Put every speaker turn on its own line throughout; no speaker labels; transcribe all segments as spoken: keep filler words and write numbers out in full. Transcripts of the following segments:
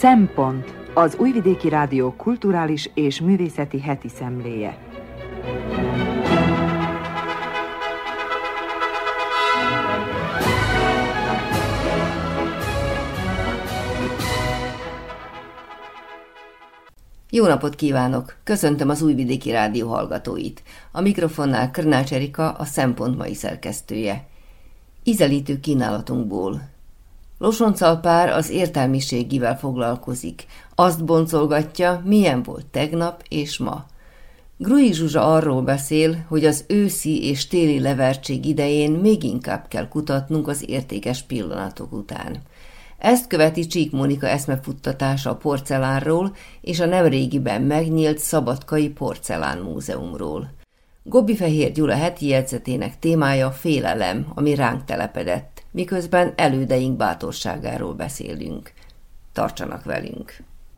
Szempont, az Újvidéki Rádió kulturális és művészeti heti szemléje.
Jó napot kívánok! Köszöntöm az Újvidéki Rádió hallgatóit. A mikrofonnál Krnács Erika, a Szempont mai szerkesztője. Ízelítő kínálatunkból. Losoncalpár az értelmiségivel foglalkozik. Azt boncolgatja, milyen volt tegnap és ma. Gruy Zsuzsa arról beszél, hogy az őszi és téli levertség idején még inkább kell kutatnunk az értékes pillanatok után. Ezt követi Csík Mónika eszmefuttatása a porcelánról és a nemrégiben megnyílt Szabadkai Porcelán Múzeumról. Gobbi Fehér Gyula heti jegyzetének témája félelem, ami ránk telepedett, miközben elődeink bátorságáról beszélünk. Tartsanak velünk!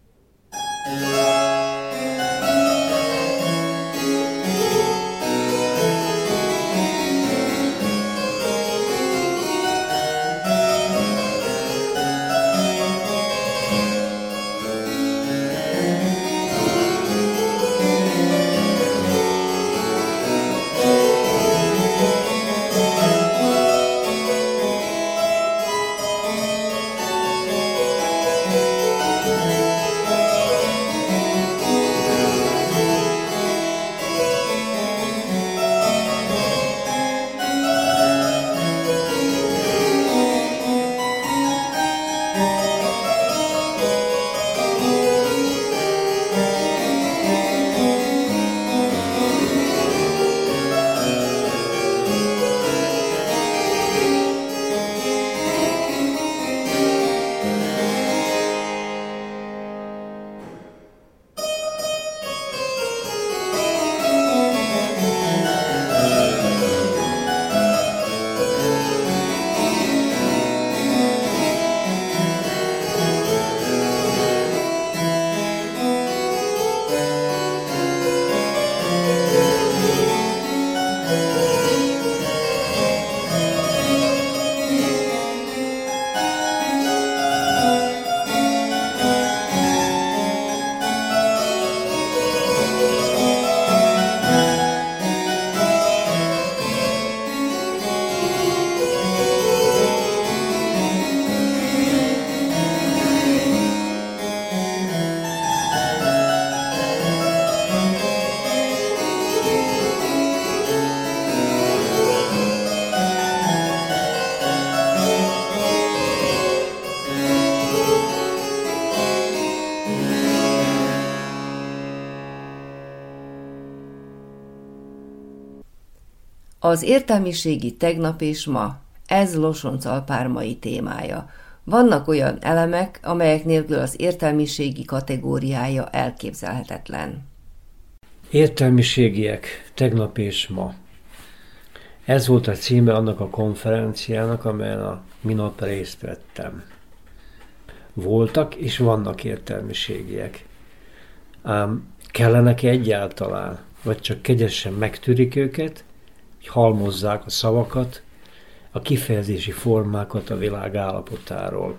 Az értelmiségi tegnap és ma, ez Losoncalpár mai témája. Vannak olyan elemek, amelyek nélkül az értelmiségi kategóriája elképzelhetetlen.
Értelmiségiek, tegnap és ma. Ez volt a címe annak a konferenciának, amelyen a minap részt vettem. Voltak és vannak értelmiségiek. Ám kellenek-e egyáltalán, vagy csak kegyesen megtörik őket, hogy halmozzák a szavakat, a kifejezési formákat a világ állapotáról.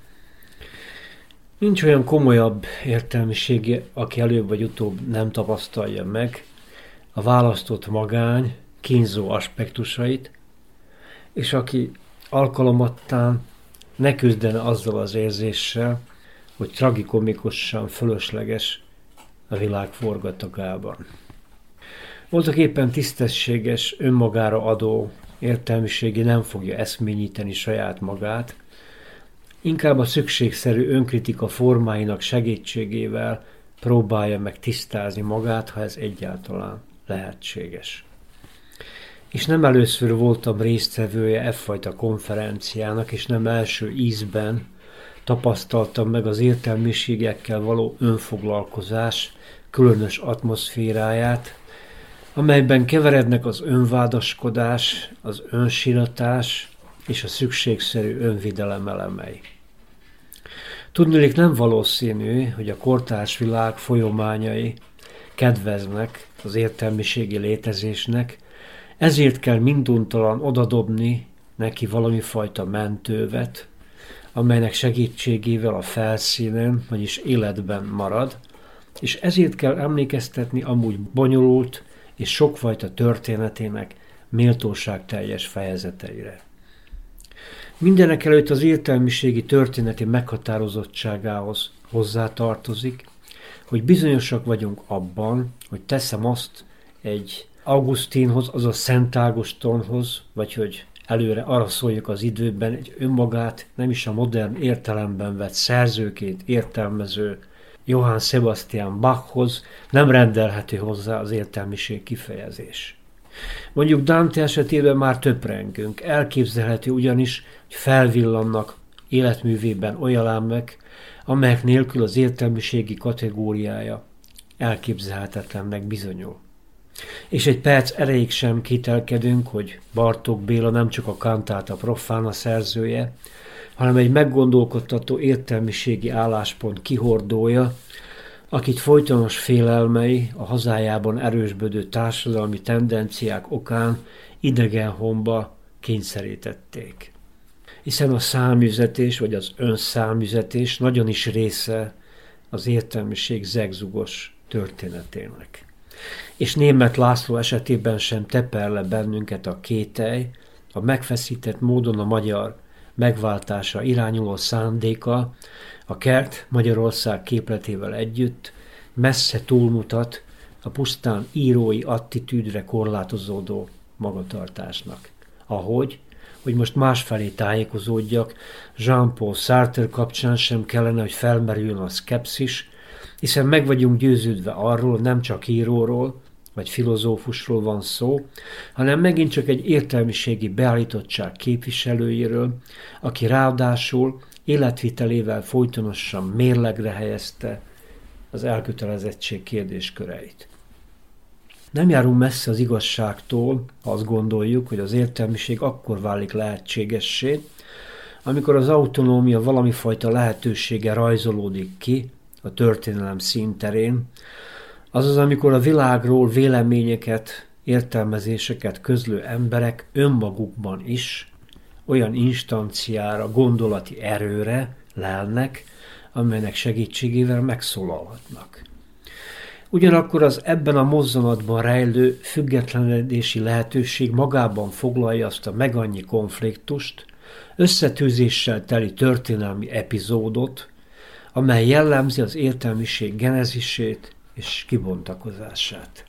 Nincs olyan komolyabb értelmiségi, aki előbb vagy utóbb nem tapasztalja meg a választott magány kínzó aspektusait, és aki alkalomattán ne küzdene azzal az érzéssel, hogy tragikomikusan fölösleges a világ forgatagában. Voltak éppen tisztességes, önmagára adó értelmiségi nem fogja eszményíteni saját magát, inkább a szükségszerű önkritika formáinak segítségével próbálja meg tisztázni magát, ha ez egyáltalán lehetséges. És nem először voltam résztvevője effajta konferenciának, és nem első ízben tapasztaltam meg az értelmiségekkel való önfoglalkozás különös atmoszféráját, amelyben keverednek az önvádaskodás, az önsiratás és a szükségszerű önvidelem elemei. Tudniillik nem valószínű, hogy a kortárs világ folyamányai kedveznek az értelmiségi létezésnek, ezért kell minduntalan odadobni neki valami fajta mentővet, amelynek segítségével a felszínen, vagyis életben marad, és ezért kell emlékeztetni amúgy bonyolult és sokfajta történetének méltóságteljes fejezeteire. Mindenekelőtt az értelmiségi történeti meghatározottságához hozzátartozik, hogy bizonyosak vagyunk abban, hogy teszem azt egy Augustinhoz, azaz Szent Ágostonhoz, vagy hogy előre arra szóljuk az időben, egy önmagát nem is a modern értelemben vett szerzőként értelmező Johann Sebastian Bachhoz nem rendelhető hozzá az értelmiség kifejezés. Mondjuk Dante esetében már töprengünk, elképzelhető ugyanis, hogy felvillannak életművében olyan elemek, amelyek nélkül az értelmiségi kategóriája elképzelhetetlennek bizonyul. És egy perc erejéig sem kételkedünk, hogy Bartók Béla nem csak a Cantáta Profana szerzője, hanem egy meggondolkodtató értelmiségi álláspont kihordója, akit folytonos félelmei a hazájában erősbödő társadalmi tendenciák okán idegenhomba kényszerítették. Hiszen a számüzetés vagy az önszámüzetés nagyon is része az értelmiség zegzugos történetének. És Németh László esetében sem teper le bennünket a kételj, a megfeszített módon a magyar megváltása irányuló szándéka a kert Magyarország képletével együtt messze túlmutat a pusztán írói attitűdre korlátozódó magatartásnak. Ahogy, hogy most másfelé tájékozódjak, Jean-Paul Sartre kapcsán sem kellene, hogy felmerüljön a szkepszis, hiszen meg vagyunk győződve arról, nem csak íróról vagy filozófusról van szó, hanem megint csak egy értelmiségi beállítottság képviselőjéről, aki ráadásul életvitelével folytonosan mérlegre helyezte az elkötelezettség kérdésköreit. Nem járunk messze az igazságtól, ha azt gondoljuk, hogy az értelmiség akkor válik lehetségessé, amikor az autonómia valamifajta lehetősége rajzolódik ki a történelem színterén, azaz amikor a világról véleményeket, értelmezéseket közlő emberek önmagukban is olyan instanciára, gondolati erőre lelnek, amelynek segítségével megszólalhatnak. Ugyanakkor az ebben a mozzanatban rejlő függetlenedési lehetőség magában foglalja azt a megannyi konfliktust, összetűzéssel teli történelmi epizódot, amely jellemzi az értelmiség genezisét és kibontakozását.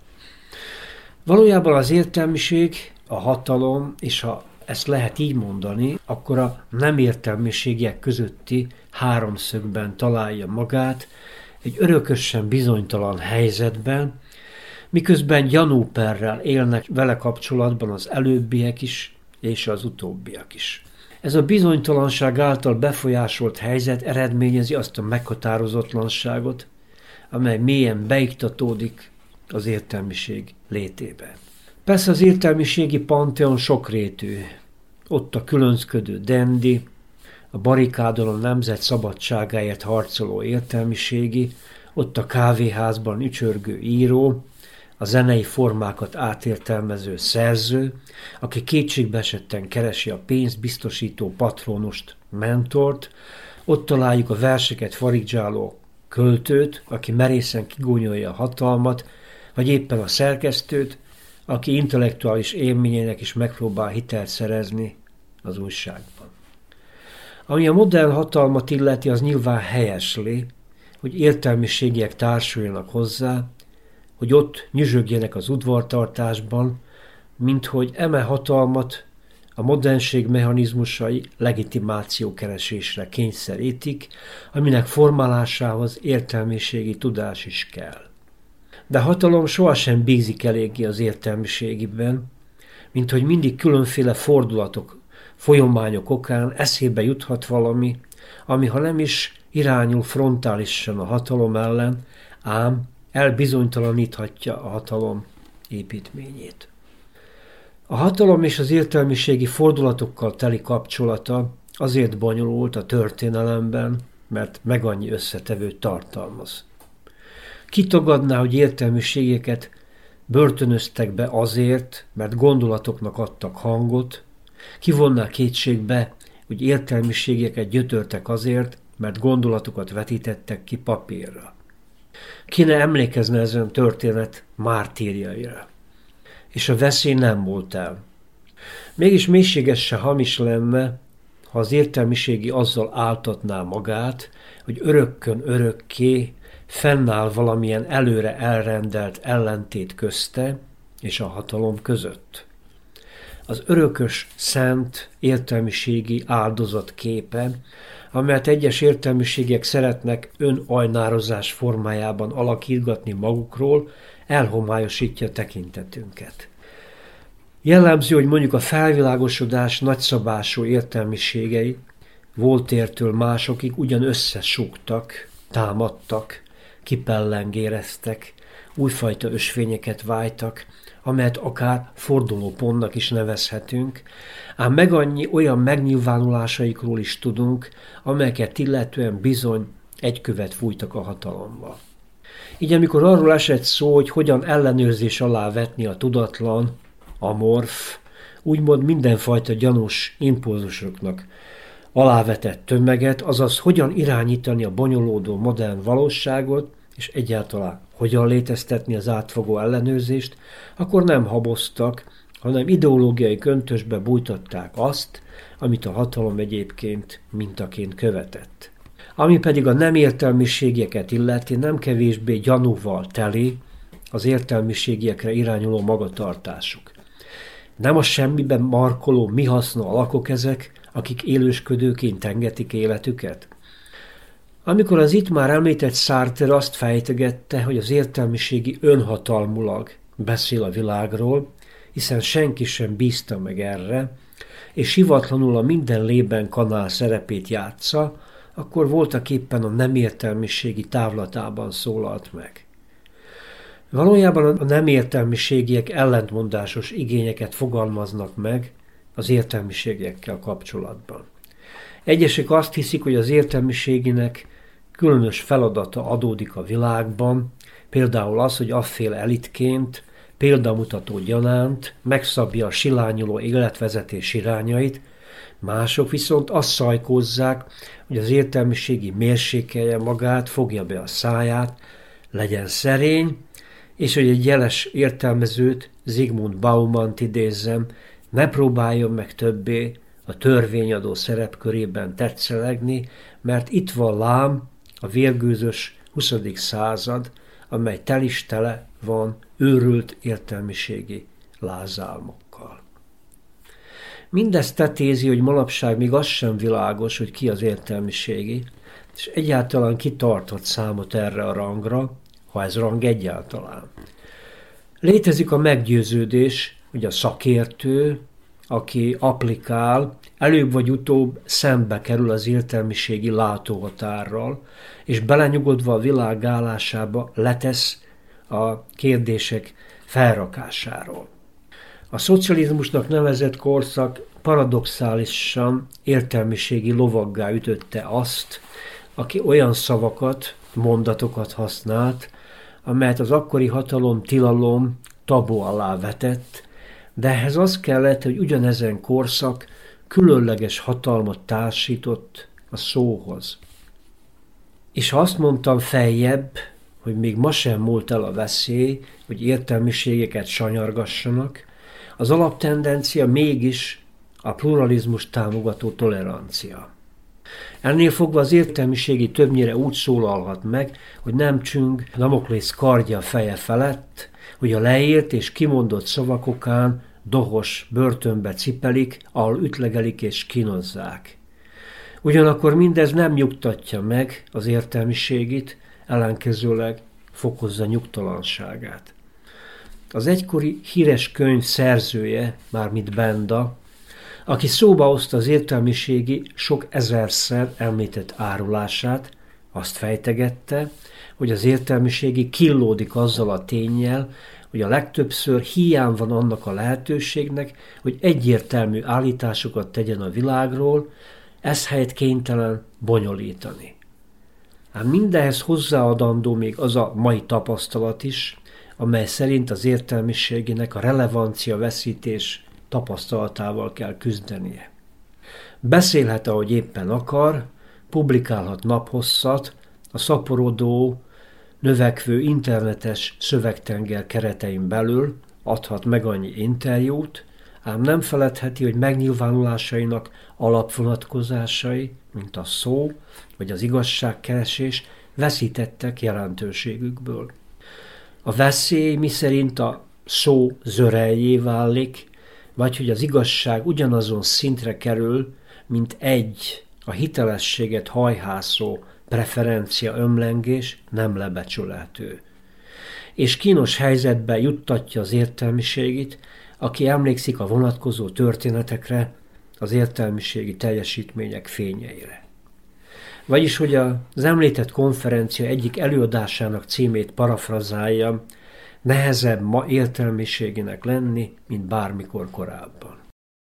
Valójában az értelmiség, a hatalom, és ha ezt lehet így mondani, akkor a nem értelmiségiek közötti háromszögben találja magát, egy örökösen bizonytalan helyzetben, miközben gyanúperrel élnek vele kapcsolatban az előbbiek is és az utóbbiak is. Ez a bizonytalanság által befolyásolt helyzet eredményezi azt a meghatározatlanságot, amely mélyen beiktatódik az értelmiség létében. Persze az értelmiségi panteon sokrétű. Ott a különcködő dendi, a barikádon a nemzet szabadságáért harcoló értelmiségi, ott a kávéházban ücsörgő író, a zenei formákat átértelmező szerző, aki kétségbeesetten keresi a pénzt biztosító patronust, mentort, ott találjuk a verseket faridzsáló költőt, aki merészen kigúnyolja a hatalmat, vagy éppen a szerkesztőt, aki intellektuális élményének is megpróbál hitelt szerezni az újságban. Ami a modern hatalmat illeti, az nyilván helyesli, hogy értelmiségiek társuljanak hozzá, hogy ott nyüzsögjenek az udvartartásban, mint hogy eme hatalmat a modernség mechanizmusai legitimációkeresésre kényszerítik, aminek formálásához értelmiségi tudás is kell. De hatalom sohasem bízik eléggé az értelmiségiben, mint hogy mindig különféle fordulatok, folyamányok okán eszébe juthat valami, ami ha nem is irányul frontálisan a hatalom ellen, ám elbizonytalaníthatja a hatalom építményét. A hatalom és az értelmiségi fordulatokkal teli kapcsolata azért bonyolult a történelemben, mert meg annyi összetevőt tartalmaz. Ki tagadná, hogy értelmiségeket börtönöztek be azért, mert gondolatoknak adtak hangot, kivonná kétségbe hogy értelmiségieket gyötörtek azért, mert gondolatokat vetítettek ki papírra. Ki ne emlékezne ezen történet mártírjaira. És a veszély nem volt el. Mégis mélységesen hamis lenne, ha az értelmiségi azzal áltatná magát, hogy örökkön örökké fennáll valamilyen előre elrendelt ellentét közte és a hatalom között. Az örökös, szent, értelmiségi áldozat képe, amelyet egyes értelmiségek szeretnek önajnározás formájában alakítgatni magukról, elhomályosítja tekintetünket. Jellemző, hogy mondjuk a felvilágosodás nagyszabású értelmiségei Voltaire-től másokig ugyan összesúgtak, támadtak, kipellengéreztek, újfajta ösvényeket vájtak, amelyet akár fordulópontnak is nevezhetünk, ám meg annyi olyan megnyilvánulásaikról is tudunk, amelyeket illetően bizony egy követ fújtak a hatalomba. Így amikor arról esett szó, hogy hogyan ellenőrzés alá vetni a tudatlan, amorf, úgymond mindenfajta gyanús impulzusoknak alávetett tömeget, azaz hogyan irányítani a bonyolódó modern valóságot, és egyáltalán hogyan léteztetni az átfogó ellenőrzést, akkor nem haboztak, hanem ideológiai köntösbe bújtatták azt, amit a hatalom egyébként mintaként követett. Ami pedig a nem értelmiségieket illeti, nem kevésbé gyanúval teli az értelmiségiekre irányuló magatartásuk. Nem a semmiben markoló mi haszna alakok ezek, akik élősködőként engedik életüket? Amikor az itt már említett Sartre azt fejtegette, hogy az értelmiségi önhatalmulag beszél a világról, hiszen senki sem bízta meg erre, és hivatlanul a minden lében kanál szerepét játsza, akkor voltaképpen a nem értelmiségi távlatában szólalt meg. Valójában a nem értelmiségiek ellentmondásos igényeket fogalmaznak meg az értelmiségiekkel kapcsolatban. Egyesek azt hiszik, hogy az értelmiséginek különös feladata adódik a világban, például az, hogy afféle elitként, példamutató gyanánt megszabja a silányuló életvezetés irányait, mások viszont azt szajkózzák, hogy az értelmiségi mérsékelje magát, fogja be a száját, legyen szerény, és hogy egy jeles értelmezőt, Zygmunt Baumant idézzem, ne próbáljon meg többé a törvényadó szerepkörében tetszelegni, mert itt van lám a vérgőzös huszadik század, amely tel is tele van őrült értelmiségi lázálmokkal. Mindezt tetézi, hogy manapság még az sem világos, hogy ki az értelmiségi, és egyáltalán ki tartott számot erre a rangra, ha ez rang egyáltalán. Létezik a meggyőződés, hogy a szakértő, aki applikál, előbb vagy utóbb szembe kerül az értelmiségi látóhatárral, és belenyugodva a világ állásába letesz a kérdések felrakásáról. A szocializmusnak nevezett korszak paradoxálisan értelmiségi lovaggá ütötte azt, aki olyan szavakat, mondatokat használt, amelyet az akkori hatalom tilalom tabu alá vetett, de ehhez az kellett, hogy ugyanezen korszak különleges hatalmat társított a szóhoz. És ha azt mondtam feljebb, hogy még ma sem múlt el a veszély, hogy értelmiségeket sanyargassanak, az alaptendencia mégis a pluralizmus támogató tolerancia. Ennél fogva az értelmiségi többnyire úgy szólalhat meg, hogy nem csüng Damoklész kardja feje felett, hogy a leírt és kimondott szavak okán dohos börtönbe cipelik, ahol ütlegelik és kínozzák. Ugyanakkor mindez nem nyugtatja meg az értelmiségit, ellenkezőleg fokozza nyugtalanságát. Az egykori híres könyv szerzője, mármint Benda, aki szóba hozta az értelmiségi sok ezerszer említett árulását, azt fejtegette, hogy az értelmiségi killódik azzal a ténnyel, hogy a legtöbbször hiány van annak a lehetőségnek, hogy egyértelmű állításokat tegyen a világról, ez helyett kénytelen bonyolítani. Ám mindehhez hozzáadandó még az a mai tapasztalat is, amely szerint az értelmiségének a relevancia veszítés tapasztalatával kell küzdenie. Beszélhet, ahogy éppen akar, publikálhat naphosszat, a szaporodó, növekvő internetes szövegtenger keretein belül adhat meg annyi interjút, ám nem feledheti, hogy megnyilvánulásainak alapvonatkozásai, mint a szó vagy az igazságkeresés, veszítettek jelentőségükből. A veszély miszerint a szó zöreljé válik, vagy hogy az igazság ugyanazon szintre kerül, mint egy a hitelességet hajhászó preferencia ömlengés, nem lebecsülhető. És kínos helyzetbe juttatja az értelmiségit, aki emlékszik a vonatkozó történetekre, az értelmiségi teljesítmények fényeire. Vagyis, hogy az említett konferencia egyik előadásának címét parafrazáljam, nehezebb ma értelmiségének lenni, mint bármikor korábban.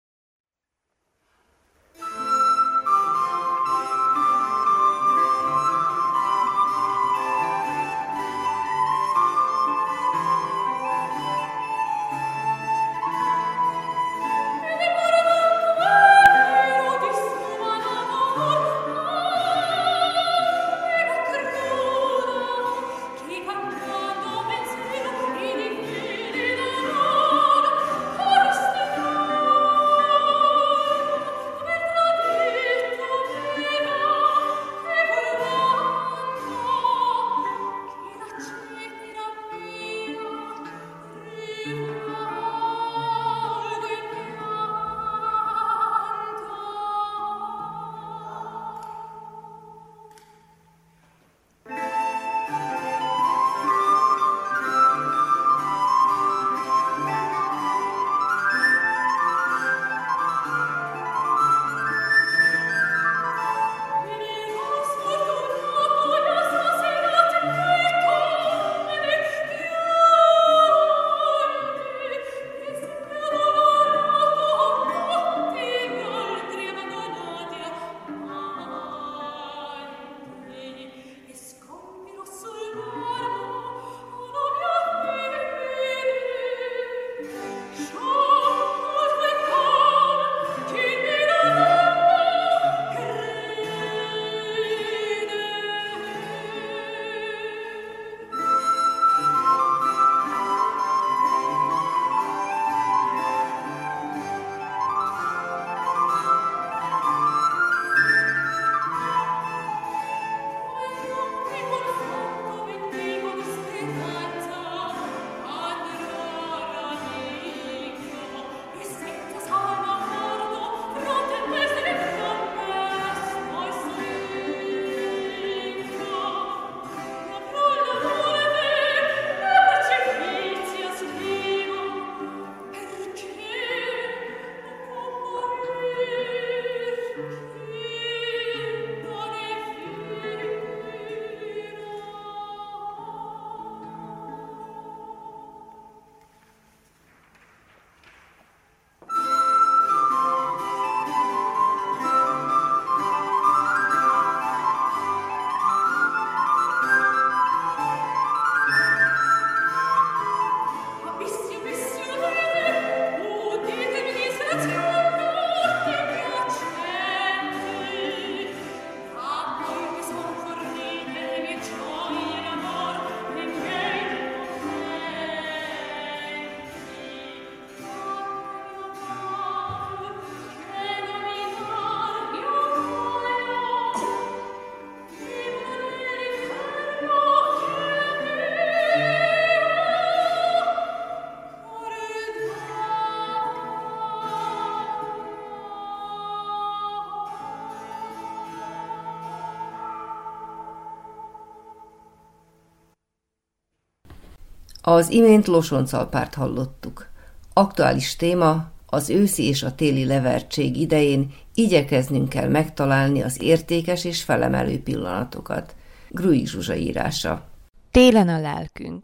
Az imént Losoncalpárt hallottuk. Aktuális téma: az őszi és a téli levertség idején igyekeznünk kell megtalálni az értékes és felemelő pillanatokat. Grui Zsuzsa írása.
Télen a lelkünk.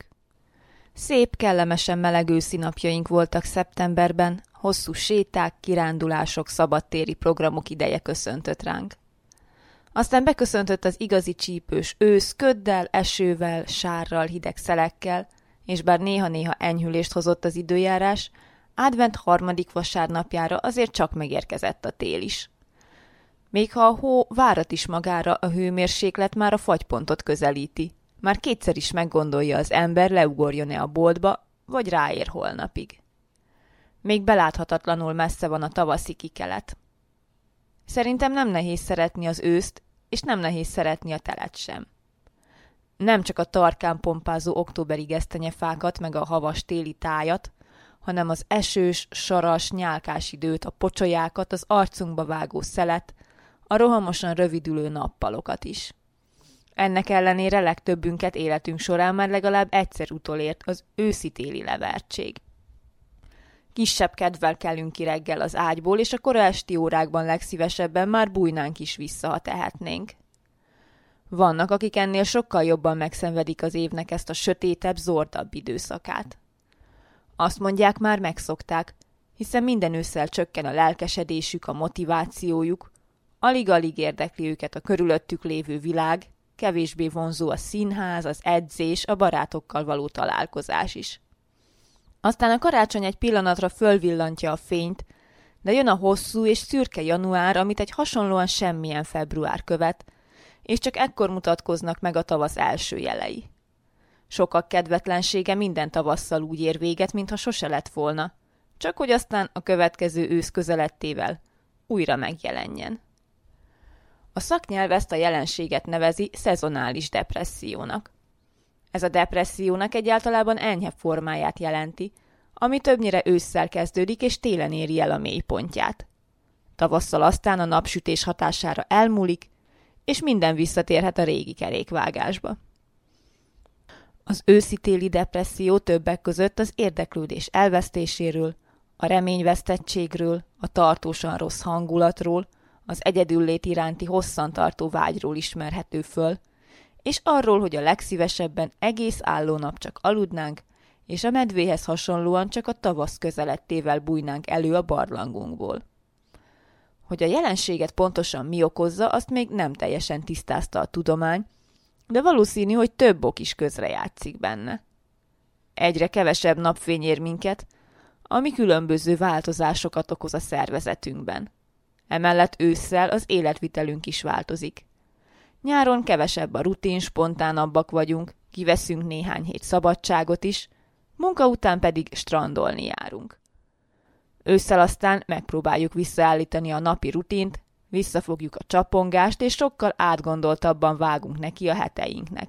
Szép, kellemesen meleg őszi napjaink voltak szeptemberben, hosszú séták, kirándulások, szabadtéri programok ideje köszöntött ránk. Aztán beköszöntött az igazi csípős ősz, köddel, esővel, sárral, hideg szelekkel, és bár néha-néha enyhülést hozott az időjárás, advent harmadik vasárnapjára azért csak megérkezett a tél is. Még ha a hó várat is magára, a hőmérséklet már a fagypontot közelíti. Már kétszer is meggondolja az ember, leugorjon-e a boltba, vagy ráér holnapig. Még beláthatatlanul messze van a tavaszi kikelet. Szerintem nem nehéz szeretni az őszt, és nem nehéz szeretni a telet sem. Nem csak a tarkán pompázó októberi gesztenyefákat, meg a havas téli tájat, hanem az esős, saras, nyálkás időt, a pocsolyákat, az arcunkba vágó szelet, a rohamosan rövidülő nappalokat is. Ennek ellenére legtöbbünket életünk során már legalább egyszer utolért az őszi-téli levertség. Kisebb kedvel kelünk ki reggel az ágyból, és a kora esti órákban legszívesebben már bújnánk is vissza, ha tehetnénk. Vannak, akik ennél sokkal jobban megszenvedik az évnek ezt a sötétebb, zordabb időszakát. Azt mondják, már megszokták, hiszen minden ősszel csökken a lelkesedésük, a motivációjuk, alig-alig érdekli őket a körülöttük lévő világ, kevésbé vonzó a színház, az edzés, a barátokkal való találkozás is. Aztán a karácsony egy pillanatra fölvillantja a fényt, de jön a hosszú és szürke január, amit egy hasonlóan semmilyen február követ, és csak ekkor mutatkoznak meg a tavasz első jelei. Sokak kedvetlensége minden tavasszal úgy ér véget, mintha sose lett volna, csak hogy aztán a következő ősz közelettével újra megjelenjen. A szaknyelv ezt a jelenséget nevezi szezonális depressziónak. Ez a depressziónak egyáltalában enyhe formáját jelenti, ami többnyire ősszel kezdődik és télen éri el a mélypontját. Tavasszal aztán a napsütés hatására elmúlik, és minden visszatérhet a régi kerékvágásba. Az őszi-téli depresszió többek között az érdeklődés elvesztéséről, a reményvesztettségről, a tartósan rossz hangulatról, az egyedüllét iránti hosszantartó vágyról ismerhető föl, és arról, hogy a legszívesebben egész álló nap csak aludnánk, és a medvéhez hasonlóan csak a tavasz közelettével bújnánk elő a barlangunkból. Hogy a jelenséget pontosan mi okozza, azt még nem teljesen tisztázta a tudomány, de valószínű, hogy több ok is közrejátszik benne. Egyre kevesebb napfény ér minket, ami különböző változásokat okoz a szervezetünkben. Emellett ősszel az életvitelünk is változik. Nyáron kevesebb a rutin, spontánabbak vagyunk, kiveszünk néhány hét szabadságot is, munka után pedig strandolni járunk. Ősszel aztán megpróbáljuk visszaállítani a napi rutint, visszafogjuk a csapongást, és sokkal átgondoltabban vágunk neki a heteinknek.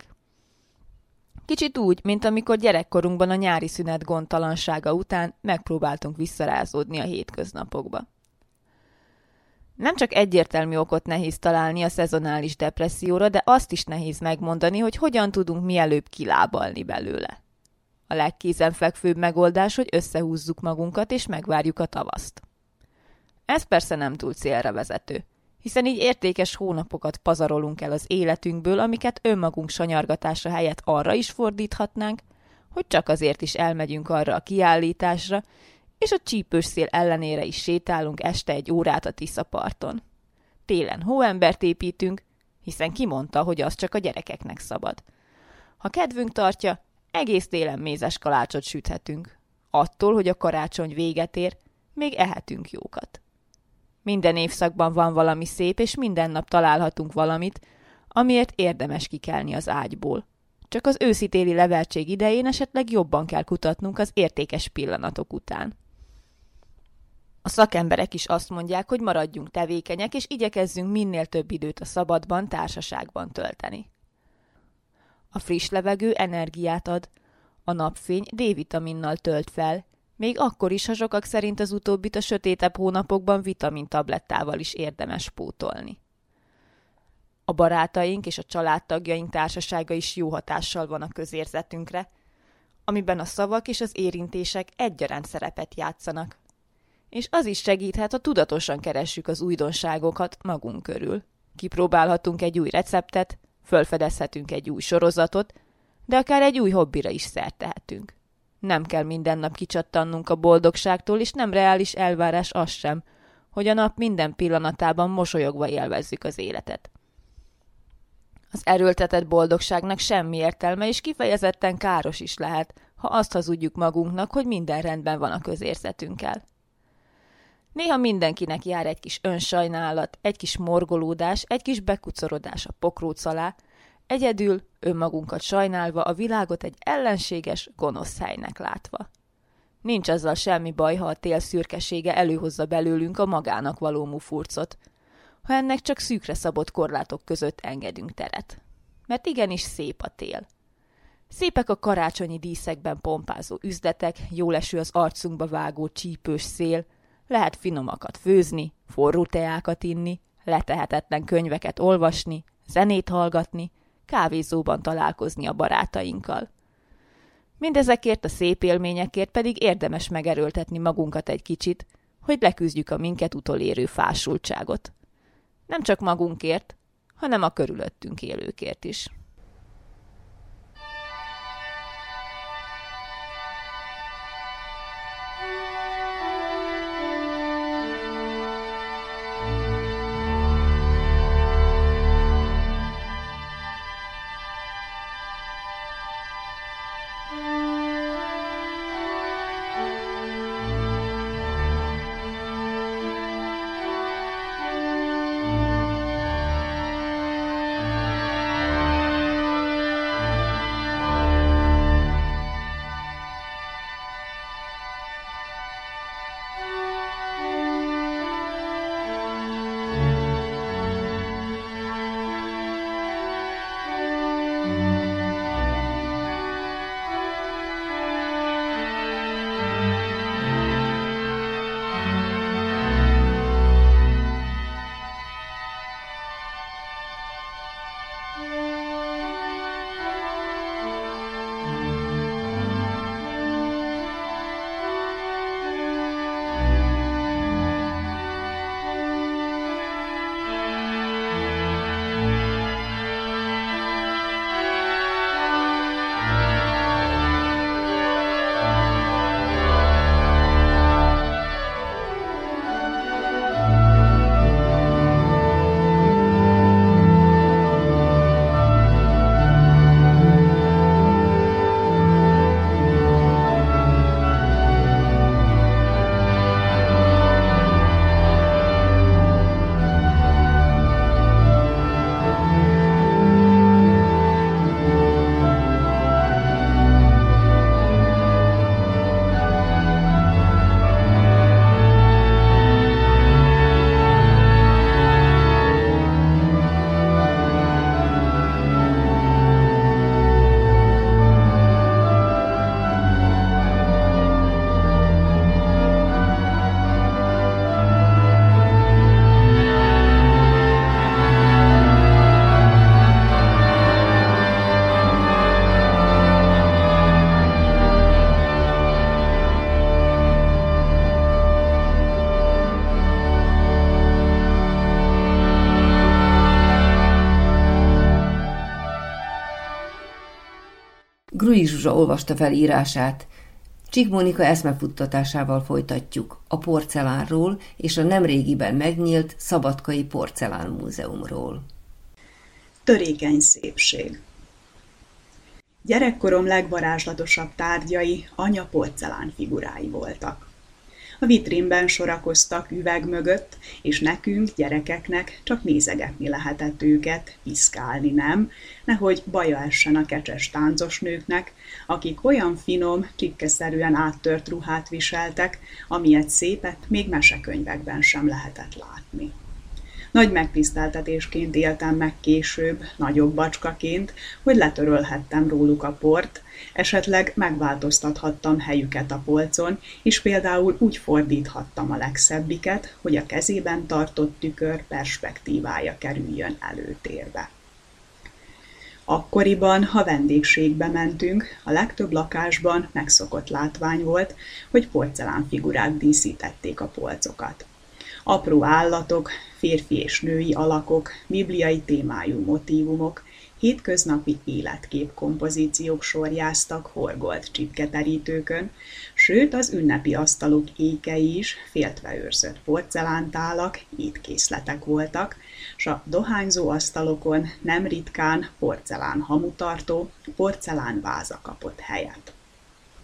Kicsit úgy, mint amikor gyerekkorunkban a nyári szünet gondtalansága után megpróbáltunk visszarázódni a hétköznapokba. Nem csak egyértelmű okot nehéz találni a szezonális depresszióra, de azt is nehéz megmondani, hogy hogyan tudunk mielőbb kilábalni belőle. A legkézenfekvőbb megoldás, hogy összehúzzuk magunkat és megvárjuk a tavaszt. Ez persze nem túl célra vezető, hiszen így értékes hónapokat pazarolunk el az életünkből, amiket önmagunk sanyargatása helyett arra is fordíthatnánk, hogy csak azért is elmegyünk arra a kiállításra, és a csípős szél ellenére is sétálunk este egy órát a Tiszaparton. Télen hóembert építünk, hiszen ki mondta, hogy az csak a gyerekeknek szabad. Ha kedvünk tartja, egész télen mézes kalácsot süthetünk. Attól, hogy a karácsony véget ér, még ehetünk jókat. Minden évszakban van valami szép, és minden nap találhatunk valamit, amiért érdemes kikelni az ágyból. Csak az őszi-téli levertség idején esetleg jobban kell kutatnunk az értékes pillanatok után. A szakemberek is azt mondják, hogy maradjunk tevékenyek, és igyekezzünk minél több időt a szabadban, társaságban tölteni. A friss levegő energiát ad, a napfény D-vitaminnal tölt fel, még akkor is, ha sokak szerint az utóbbit a sötétebb hónapokban vitamintablettával is érdemes pótolni. A barátaink és a családtagjaink társasága is jó hatással van a közérzetünkre, amiben a szavak és az érintések egyaránt szerepet játszanak. És az is segíthet, ha tudatosan keressük az újdonságokat magunk körül. Kipróbálhatunk egy új receptet, fölfedezhetünk egy új sorozatot, de akár egy új hobbira is szert tehetünk. Nem kell minden nap kicsattannunk a boldogságtól, és nem reális elvárás az sem, hogy a nap minden pillanatában mosolyogva élvezzük az életet. Az erőltetett boldogságnak semmi értelme, és kifejezetten káros is lehet, ha azt hazudjuk magunknak, hogy minden rendben van a közérzetünkkel. Néha mindenkinek jár egy kis önsajnálat, egy kis morgolódás, egy kis bekucorodás a pokróc alá, egyedül, önmagunkat sajnálva, a világot egy ellenséges, gonosz helynek látva. Nincs azzal semmi baj, ha a tél szürkesége előhozza belőlünk a magának való mufurcot, ha ennek csak szűkre szabott korlátok között engedünk teret. Mert igenis szép a tél. Szépek a karácsonyi díszekben pompázó üzletek, jól eső az arcunkba vágó csípős szél, lehet finomakat főzni, forró teákat inni, letehetetlen könyveket olvasni, zenét hallgatni, kávézóban találkozni a barátainkkal. Mindezekért a szép élményekért pedig érdemes megerőltetni magunkat egy kicsit, hogy leküzdjük a minket utolérő fásultságot. Nem csak magunkért, hanem a körülöttünk élőkért is.
Grui Zsuzsa olvasta fel írását. Csik Mónika eszmefuttatásával folytatjuk a porcelánról és a nemrégiben megnyílt Szabadkai Porcelán Múzeumról.
Törékeny szépség. Gyerekkorom legvarázslatosabb tárgyai anya porcelán figurái voltak. A vitrínben sorakoztak üveg mögött, és nekünk, gyerekeknek csak nézegetni lehetett őket, piszkálni nem, nehogy baja essen a kecses táncosnőknek, akik olyan finom, csikkeszerűen áttört ruhát viseltek, amilyet szépet még mesekönyvekben sem lehetett látni. Nagy megtiszteltetésként éltem meg később, nagyobb bacskaként, hogy letörölhettem róluk a port, esetleg megváltoztathattam helyüket a polcon, és például úgy fordíthattam a legszebbiket, hogy a kezében tartott tükör perspektívája kerüljön előtérbe. Akkoriban, ha vendégségbe mentünk, a legtöbb lakásban megszokott látvány volt, hogy porcelánfigurák díszítették a polcokat. Apró állatok, férfi és női alakok, bibliai témájú motívumok, hétköznapi életkép kompozíciók sorjáztak horgolt csipketerítőkön, sőt az ünnepi asztalok ékei is féltve őrzött porcelántálak, étkészletek voltak, s a dohányzó asztalokon nem ritkán porcelán hamutartó, porcelán váza kapott helyet.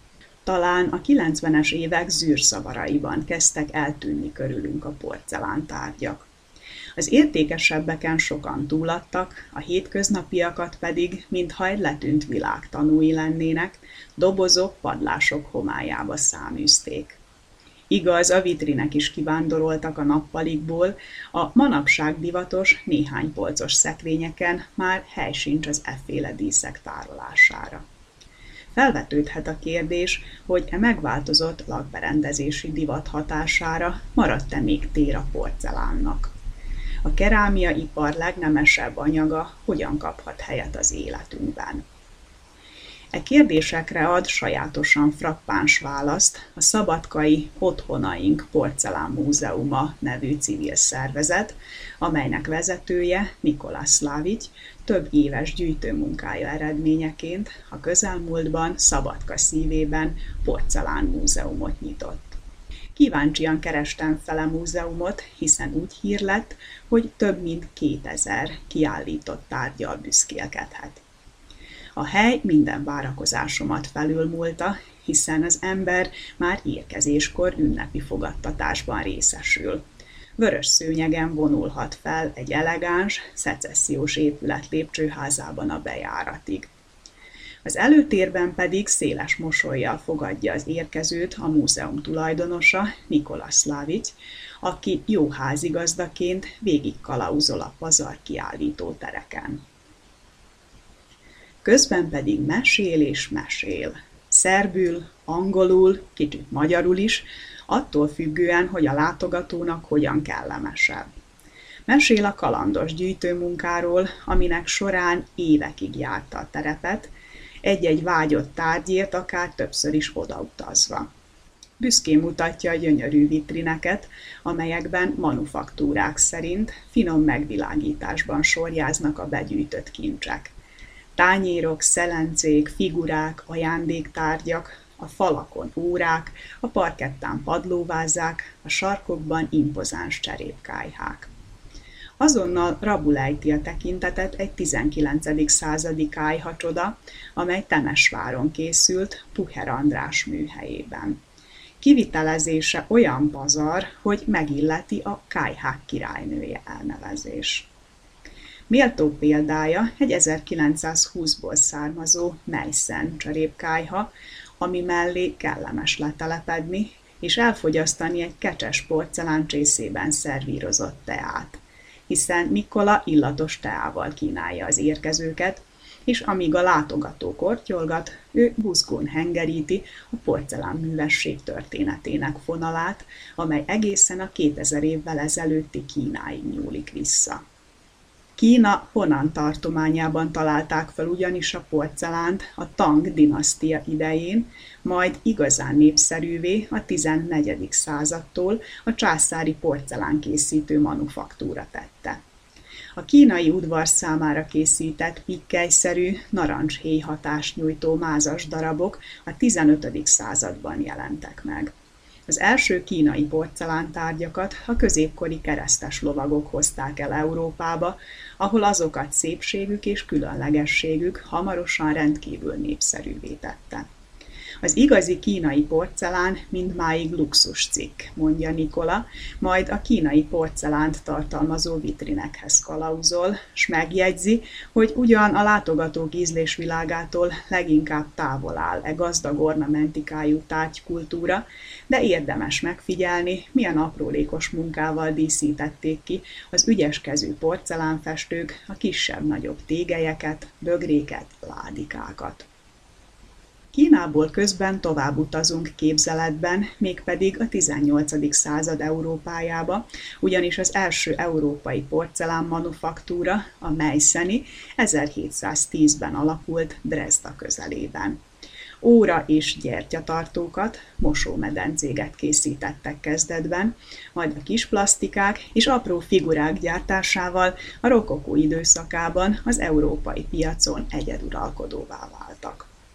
Talán a kilencvenes évek zűrszavaraiban kezdtek eltűnni körülünk a porcelántárgyak. Az értékesebbeken sokan túladtak, a hétköznapiakat pedig, mintha egy letűnt világ tanúi lennének, dobozok, padlások homályába száműzték. Igaz, a vitrinek is kivándoroltak a nappalikból, a manapság divatos, néhány polcos szekrényeken már hely sincs az efféle díszek tárolására. Felvetődhet a kérdés, hogy e megváltozott lakberendezési divat hatására maradt-e még tér a porcelánnak. A kerámiaipar legnemesebb anyaga hogyan kaphat helyet az életünkben? E kérdésekre ad sajátosan frappáns választ a szabadkai Otthonaink Porcelán Múzeuma nevű civil szervezet, amelynek vezetője, Nikola Slavics több éves gyűjtőmunkája eredményeként a közelmúltban Szabadka szívében porcelánmúzeumot nyitott. Kíváncsian kerestem fel a múzeumot, hiszen úgy hír lett, hogy több mint kétezer kiállított tárggyal büszkélkedhet. A hely minden várakozásomat felülmúlta, hiszen az ember már érkezéskor ünnepi fogadtatásban részesül. Vörös szőnyegen vonulhat fel egy elegáns, szecessziós épület lépcsőházában a bejáratig. Az előtérben pedig széles mosollyal fogadja az érkezőt a múzeum tulajdonosa, Nikola Slavics, aki jó házigazdaként végig kalauzol a pazar kiállító tereken. Közben pedig mesél és mesél. Szerbül, angolul, kicsit magyarul is, attól függően, hogy a látogatónak hogyan kellemesebb. Mesél a kalandos gyűjtőmunkáról, aminek során évekig járta a terepet, egy-egy vágyott tárgyért akár többször is odautazva. Büszkén mutatja a gyönyörű vitrineket, amelyekben manufaktúrák szerint finom megvilágításban sorjáznak a begyűjtött kincsek. Tányérok, szelencék, figurák, ajándéktárgyak, a falakon órák, a parkettán padlóvázák, a sarkokban impozáns cserépkályhák. Azonnal rabul ejti a tekintetet egy tizenkilencedik századi kályhacsoda, amely Temesváron készült Pucher András műhelyében. Kivitelezése olyan pazar, hogy megilleti a kályhák királynője elnevezés. Méltó példája egy ezerkilencszázhúszból származó Meissen cserépkályha, ami mellé kellemes letelepedni, és elfogyasztani egy kecses porcelán csészében szervírozott teát, hiszen Nikola illatos teával kínálja az érkezőket, és amíg a látogató kortyolgat, ő buzgón hengeríti a porcelánművesség történetének fonalát, amely egészen a kétezer évvel ezelőtti Kínáig nyúlik vissza. Kína Honan tartományában találták fel ugyanis a porcelánt a Tang dinasztia idején, majd igazán népszerűvé a tizennegyedik századtól a császári porcelánkészítő manufaktúra tette. A kínai udvar számára készített pikkelyszerű, narancshéj hatást nyújtó mázas darabok a tizenötödik században jelentek meg. Az első kínai porcelántárgyakat a középkori keresztes lovagok hozták el Európába, ahol azokat szépségük és különlegességük hamarosan rendkívül népszerűvé tette. Az igazi kínai porcelán mindmáig luxuscikk, mondja Nikola, majd a kínai porcelánt tartalmazó vitrinekhez kalauzol, s megjegyzi, hogy ugyan a látogatók ízlésvilágától leginkább távol áll e gazdag ornamentikájú tárgykultúra, de érdemes megfigyelni, milyen aprólékos munkával díszítették ki az ügyeskezű porcelánfestők a kisebb-nagyobb tégelyeket, bögréket, ládikákat. Kínából közben tovább utazunk képzeletben, mégpedig a tizennyolcadik század Európájába, ugyanis az első európai porcelán manufaktúra, a Meisseni, ezerhétszáztízben alakult Dresda közelében. Óra- és gyertyatartókat, mosómedencéget készítettek kezdetben, majd a kis plasztikák és apró figurák gyártásával a rokokó időszakában az európai piacon egyeduralkodóvá váltak.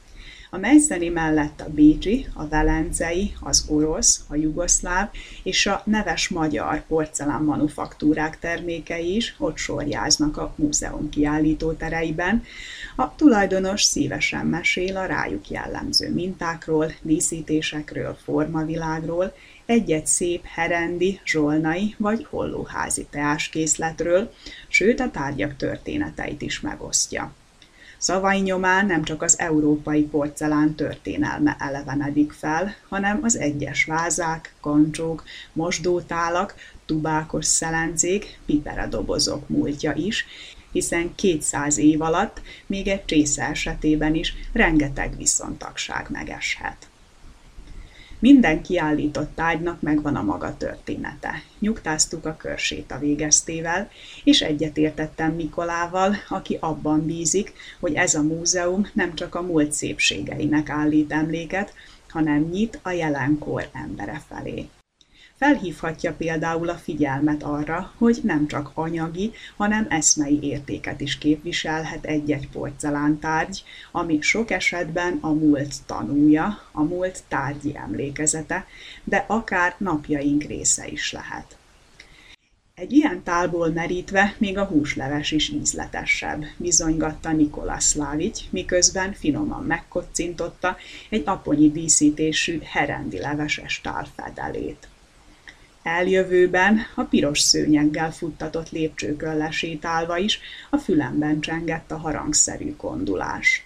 A meiszeni mellett a bécsi, a velencei, az orosz, a jugoszláv és a neves magyar porcelán manufaktúrák termékei is ott sorjáznak a múzeum kiállítótereiben. A tulajdonos szívesen mesél a rájuk jellemző mintákról, díszítésekről, formavilágról, egy-egy szép herendi, zsolnai vagy hollóházi teáskészletről, sőt a tárgyak történeteit is megosztja. Szavai nyomán nem csak az európai porcelán történelme elevenedik fel, hanem az egyes vázák, kancsók, mosdótálak, tubákos szelencék, piperadobozok múltja is, hiszen kétszáz év alatt még egy csésze esetében is rengeteg viszontagság megeshet. Minden kiállított tárgynak megvan a maga története. Nyugtáztuk a körséta végeztével, és egyetértettem Mikolával, aki abban bízik, hogy ez a múzeum nem csak a múlt szépségeinek állít emléket, hanem nyit a jelenkor embere felé. Felhívhatja például a figyelmet arra, hogy nem csak anyagi, hanem eszmei értéket is képviselhet egy-egy porcelántárgy, ami sok esetben a múlt tanúja, a múlt tárgyi emlékezete, de akár napjaink része is lehet. Egy ilyen tálból merítve még a húsleves is ízletesebb, bizonygatta Nikola Szlávics, miközben finoman megkocintotta egy aponyi díszítésű herendi leveses tálfedelét. Eljövőben a piros szőnyeggel futtatott lépcsőkön lesétálva is a fülemben csengett a harangszerű kondulás.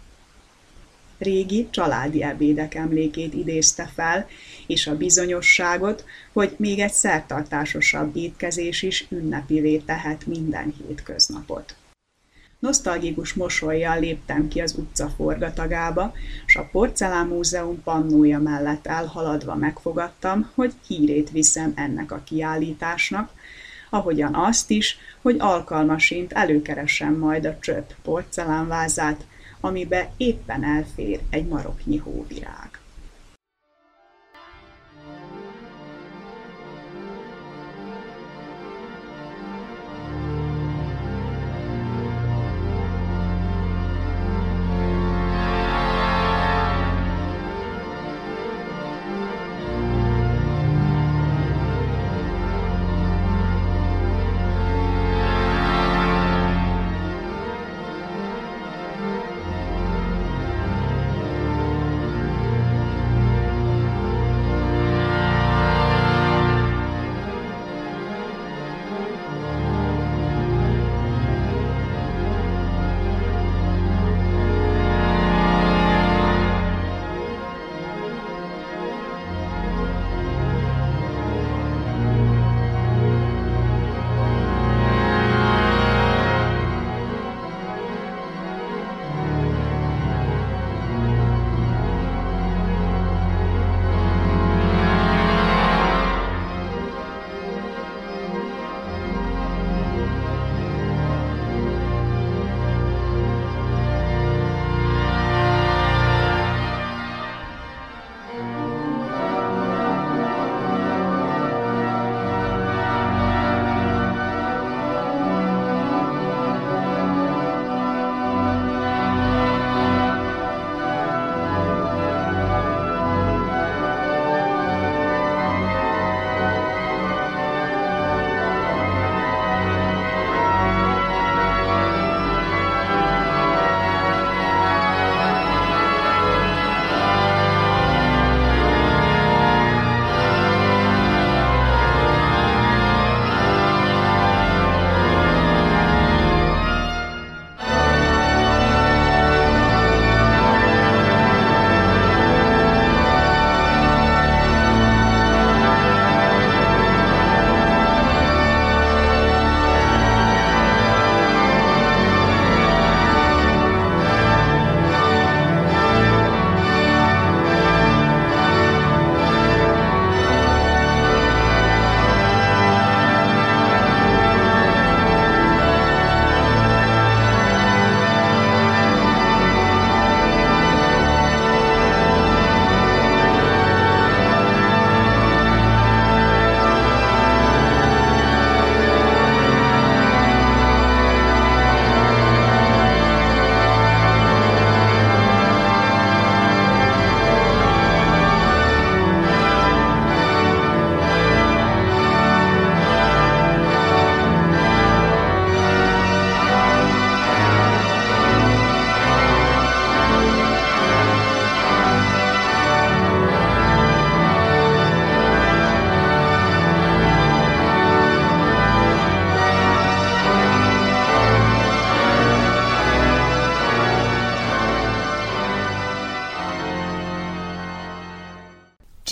Régi családi ebédek emlékét idézte fel, és a bizonyosságot, hogy még egy szertartásosabb étkezés is ünnepivé tehet minden hétköznapot. Nosztalgikus mosollyal léptem ki az utca forgatagába, s a Porcelánmúzeum pannója mellett elhaladva megfogadtam, hogy hírét viszem ennek a kiállításnak, ahogyan azt is, hogy alkalmasint előkeresem majd a csöpp porcelánvázát, amibe éppen elfér egy maroknyi hóvirág.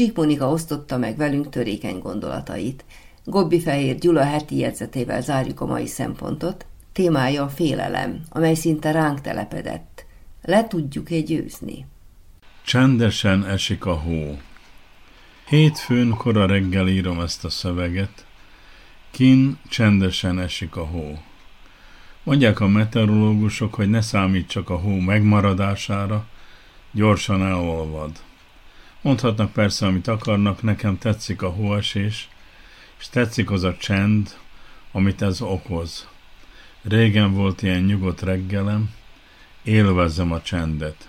Csík Monika osztotta meg velünk törékeny gondolatait. Gobbi Fehér Gyula heti jegyzetével zárjuk a mai szempontot. Témája a félelem, amely szinte ránk telepedett. Le tudjuk-e győzni?
Csendesen esik a hó. Hétfőn kora reggel írom ezt a szöveget. Kin csendesen esik a hó. Mondják a meteorológusok, hogy ne számítsak a hó megmaradására, gyorsan elolvad. Mondhatnak persze, amit akarnak, nekem tetszik a hóesés, és tetszik az a csend, amit ez okoz. Régen volt ilyen nyugodt reggelem, élvezzem a csendet.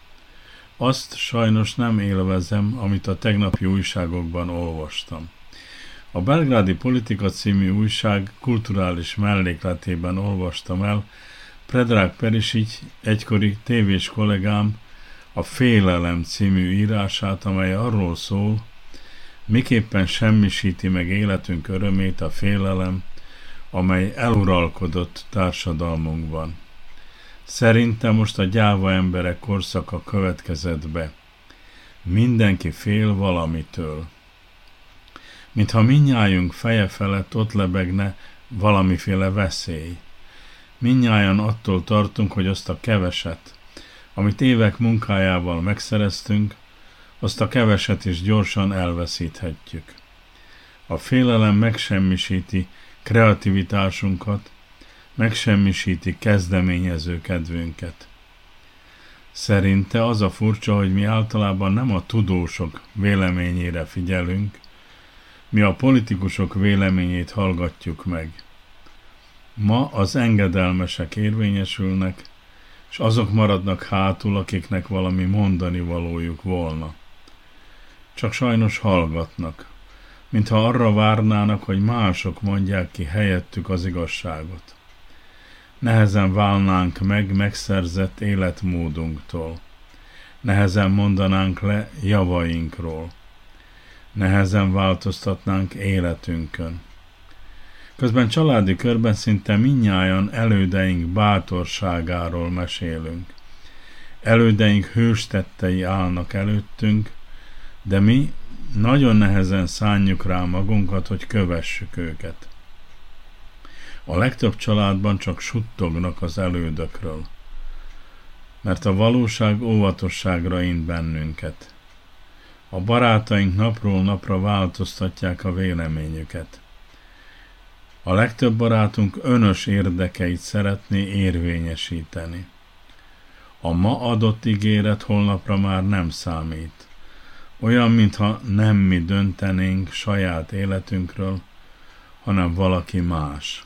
Azt sajnos nem élvezem, amit a tegnapi újságokban olvastam. A Belgrádi Politika című újság kulturális mellékletében olvastam el Predrag Perisic egykori tévés kollégám a Félelem című írását, amely arról szól, miképpen semmisíti meg életünk örömét a félelem, amely eluralkodott társadalmunkban. Szerintem most a gyáva emberek korszaka következett be. Mindenki fél valamitől. Mintha mindnyájunk feje felett ott lebegne valamiféle veszély. Mindnyájan attól tartunk, hogy azt a keveset, amit évek munkájával megszereztünk, azt a keveset is gyorsan elveszíthetjük. A félelem megsemmisíti kreativitásunkat, megsemmisíti kezdeményező kedvünket. Szerinte az a furcsa, hogy mi általában nem a tudósok véleményére figyelünk, mi a politikusok véleményét hallgatjuk meg. Ma az engedelmesek érvényesülnek, és azok maradnak hátul, akiknek valami mondani valójuk volna. Csak sajnos hallgatnak, mintha arra várnának, hogy mások mondják ki helyettük az igazságot. Nehezen válnánk meg megszerzett életmódunktól. Nehezen mondanánk le javainkról. Nehezen változtatnánk életünkön. Közben családi körben szinte mindnyájan elődeink bátorságáról mesélünk. Elődeink hőstettei állnak előttünk, de mi nagyon nehezen szánjuk rá magunkat, hogy kövessük őket. A legtöbb családban csak suttognak az elődökről, mert a valóság óvatosságra int bennünket. A barátaink napról napra változtatják a véleményüket. A legtöbb barátunk önös érdekeit szeretné érvényesíteni. A ma adott ígéret holnapra már nem számít. Olyan, mintha nem mi döntenénk saját életünkről, hanem valaki más.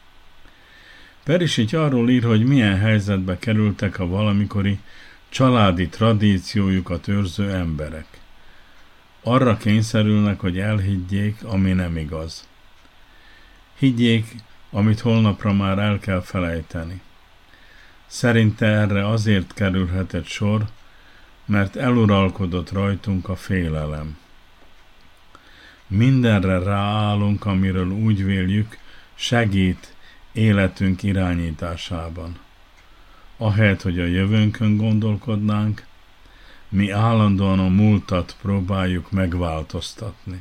Perisic arról ír, hogy milyen helyzetbe kerültek a valamikori családi tradíciójukat őrző emberek. Arra kényszerülnek, hogy elhiggyék, ami nem igaz. Higgyék, amit holnapra már el kell felejteni. Szerinte erre azért kerülhetett sor, mert eluralkodott rajtunk a félelem. Mindenre ráállunk, amiről úgy véljük, segít életünk irányításában. Ahelyett, hogy a jövőnkön gondolkodnánk, mi állandóan a múltat próbáljuk megváltoztatni.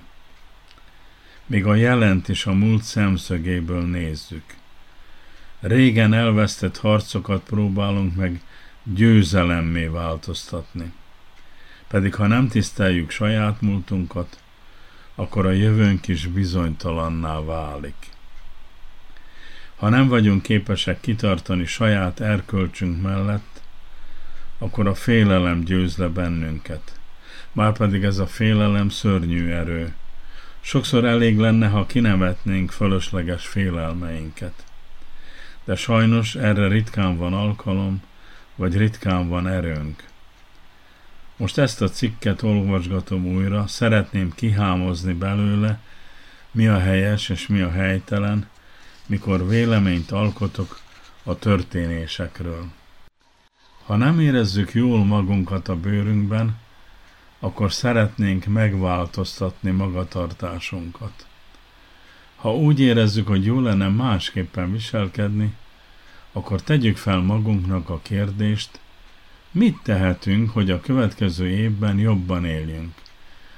Még a jelent is a múlt szemszögéből nézzük. Régen elvesztett harcokat próbálunk meg győzelemmé változtatni. Pedig ha nem tiszteljük saját múltunkat, akkor a jövőnk is bizonytalanná válik. Ha nem vagyunk képesek kitartani saját erkölcsünk mellett, akkor a félelem győz le bennünket. Márpedig ez a félelem szörnyű erő. Sokszor elég lenne, ha kinevetnénk fölösleges félelmeinket. De sajnos erre ritkán van alkalom, vagy ritkán van erőnk. Most ezt a cikket olvasgatom újra, szeretném kihámozni belőle, mi a helyes és mi a helytelen, mikor véleményt alkotok a történésekről. Ha nem érezzük jól magunkat a bőrünkben, akkor szeretnénk megváltoztatni magatartásunkat. Ha úgy érezzük, hogy jó lenne másképpen viselkedni, akkor tegyük fel magunknak a kérdést, mit tehetünk, hogy a következő évben jobban éljünk,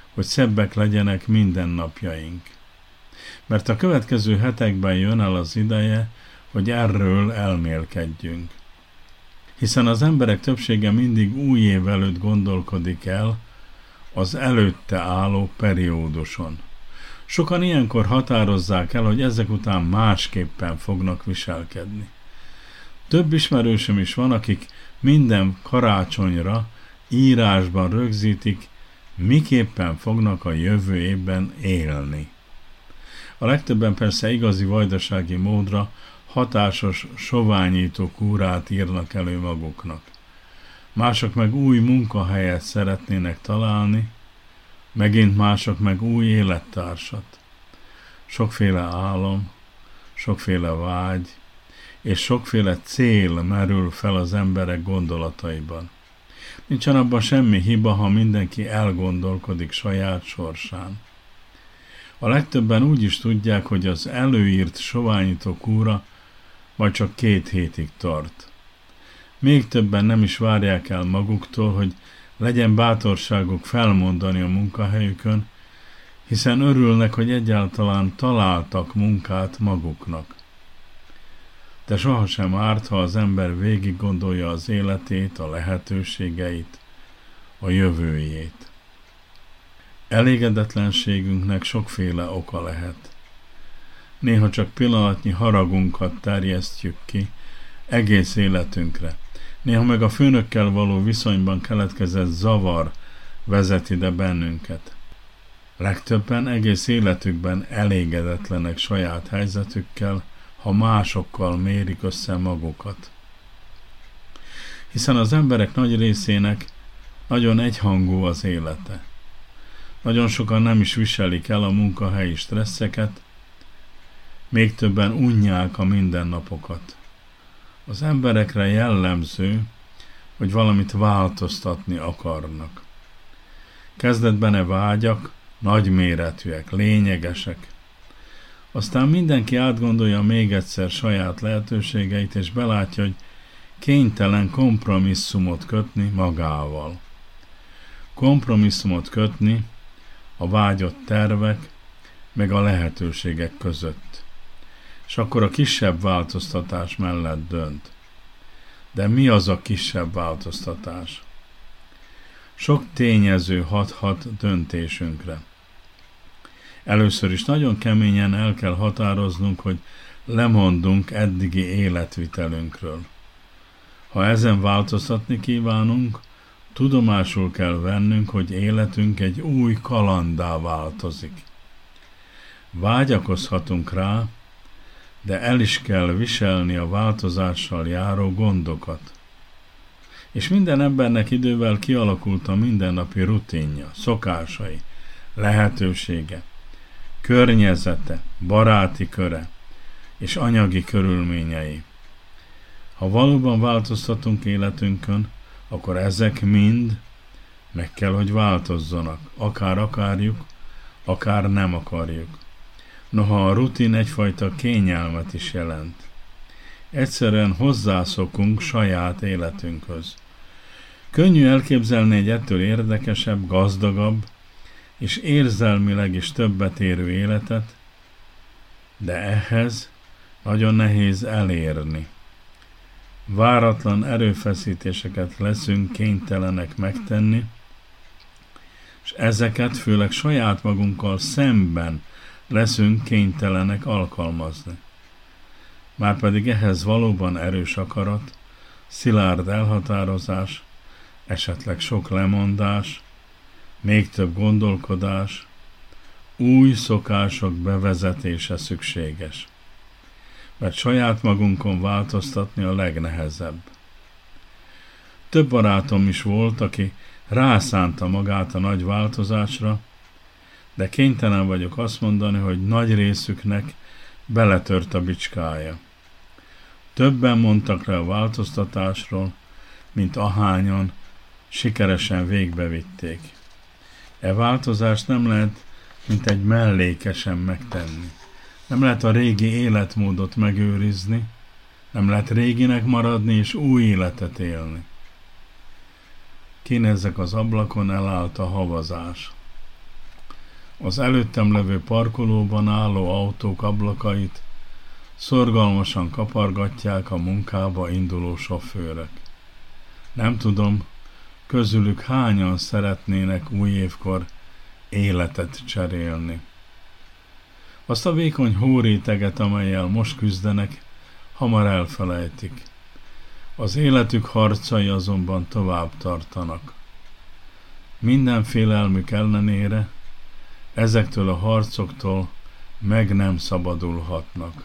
hogy szebbek legyenek mindennapjaink. Mert a következő hetekben jön el az ideje, hogy erről elmélkedjünk. Hiszen az emberek többsége mindig új év előtt gondolkodik el az előtte álló perióduson. Sokan ilyenkor határozzák el, hogy ezek után másképpen fognak viselkedni. Több ismerősöm is van, akik minden karácsonyra írásban rögzítik, miképpen fognak a jövő évben élni. A legtöbben persze igazi vajdasági módra hatásos, soványító kúrát írnak elő maguknak. Mások meg új munkahelyet szeretnének találni, megint mások meg új élettársat. Sokféle álom, sokféle vágy, és sokféle cél merül fel az emberek gondolataiban. Nincsen abban semmi hiba, ha mindenki elgondolkodik saját sorsán. A legtöbben úgy is tudják, hogy az előírt soványító kúra majd csak két hétig tart. Még többen nem is várják el maguktól, hogy legyen bátorságuk felmondani a munkahelyükön, hiszen örülnek, hogy egyáltalán találtak munkát maguknak. De sohasem árt, ha az ember végig gondolja az életét, a lehetőségeit, a jövőjét. Elégedetlenségünknek sokféle oka lehet. Néha csak pillanatnyi haragunkat terjesztjük ki egész életünkre. Néha meg a főnökkel való viszonyban keletkezett zavar vezet ide bennünket. Legtöbben egész életükben elégedetlenek saját helyzetükkel, ha másokkal mérik össze magukat. Hiszen az emberek nagy részének nagyon egyhangú az élete. Nagyon sokan nem is viselik el a munkahelyi stresszeket, még többen unják a mindennapokat. Az emberekre jellemző, hogy valamit változtatni akarnak. Kezdetben e vágyak nagyméretűek, lényegesek. Aztán mindenki átgondolja még egyszer saját lehetőségeit, és belátja, hogy kénytelen kompromisszumot kötni magával. Kompromisszumot kötni a vágyott tervek, meg a lehetőségek között. És akkor a kisebb változtatás mellett dönt. De mi az a kisebb változtatás? Sok tényező hathat döntésünkre. Először is nagyon keményen el kell határoznunk, hogy lemondunk eddigi életvitelünkről. Ha ezen változtatni kívánunk, tudomásul kell vennünk, hogy életünk egy új kalanddá változik. Vágyakozhatunk rá, de el is kell viselni a változással járó gondokat. És minden embernek idővel kialakult a mindennapi rutinja, szokásai, lehetősége, környezete, baráti köre és anyagi körülményei. Ha valóban változtatunk életünkön, akkor ezek mind meg kell, hogy változzanak, akár akarjuk, akár nem akarjuk. Noha a rutin egyfajta kényelmet is jelent. Egyszerűen hozzászokunk saját életünkhöz. Könnyű elképzelni egy ettől érdekesebb, gazdagabb és érzelmileg is többet érő életet, de ehhez nagyon nehéz elérni. Váratlan erőfeszítéseket leszünk kénytelenek megtenni, és ezeket főleg saját magunkkal szemben leszünk kénytelenek alkalmazni. Márpedig ehhez valóban erős akarat, szilárd elhatározás, esetleg sok lemondás, még több gondolkodás, új szokások bevezetése szükséges. Mert saját magunkon változtatni a legnehezebb. Több barátom is volt, aki rászánta magát a nagy változásra, de kénytelen vagyok azt mondani, hogy nagy részüknek beletört a bicskája. Többen mondtak le a változtatásról, mint ahányan sikeresen végbevitték. E változást nem lehet, mint egy mellékesen megtenni. Nem lehet a régi életmódot megőrizni, nem lehet réginek maradni és új életet élni. Kinézzek az ablakon, elállt a havazás. Az előttem levő parkolóban álló autók ablakait szorgalmasan kapargatják a munkába induló sofőrök. Nem tudom, közülük hányan szeretnének új évkor életet cserélni. Azt a vékony hóréteget, amellyel most küzdenek, hamar elfelejtik. Az életük harcai azonban tovább tartanak. Minden félelmük ellenére ezektől a harcoktól meg nem szabadulhatnak.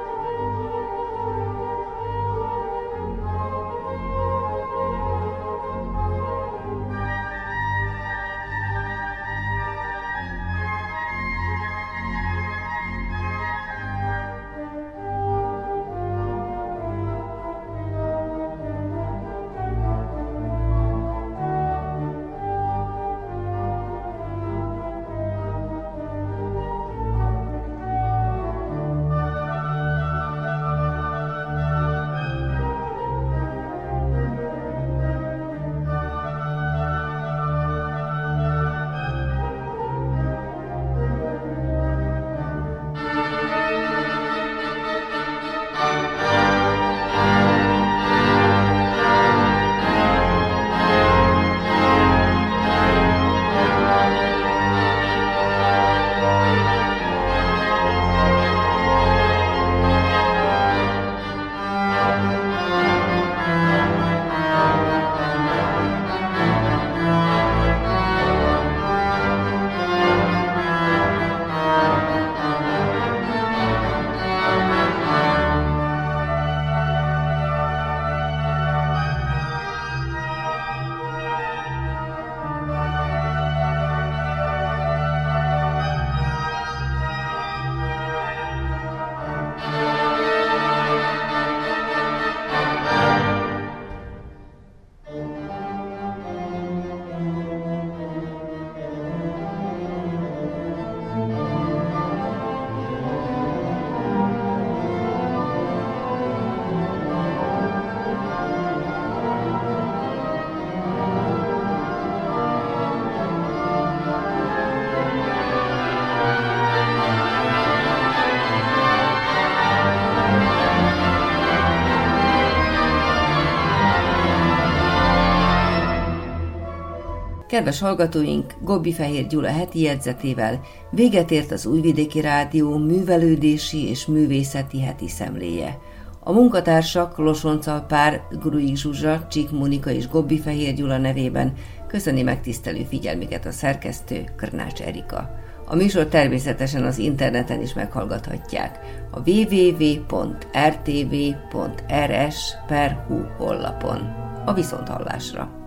Kedves hallgatóink, Gobbi-Fehér Gyula heti jegyzetével véget ért az Újvidéki Rádió művelődési és művészeti heti szemléje. A munkatársak Losonccal Pár, Gruig Zsuzsa, Csík Mónika és Gobbi-Fehér Gyula nevében köszöni megtisztelő figyelmüket a szerkesztő, Krnács Erika. A műsor természetesen az interneten is meghallgathatják a double-u double-u double-u pont r t v pont r s pont h u honlapon. A viszonthallásra!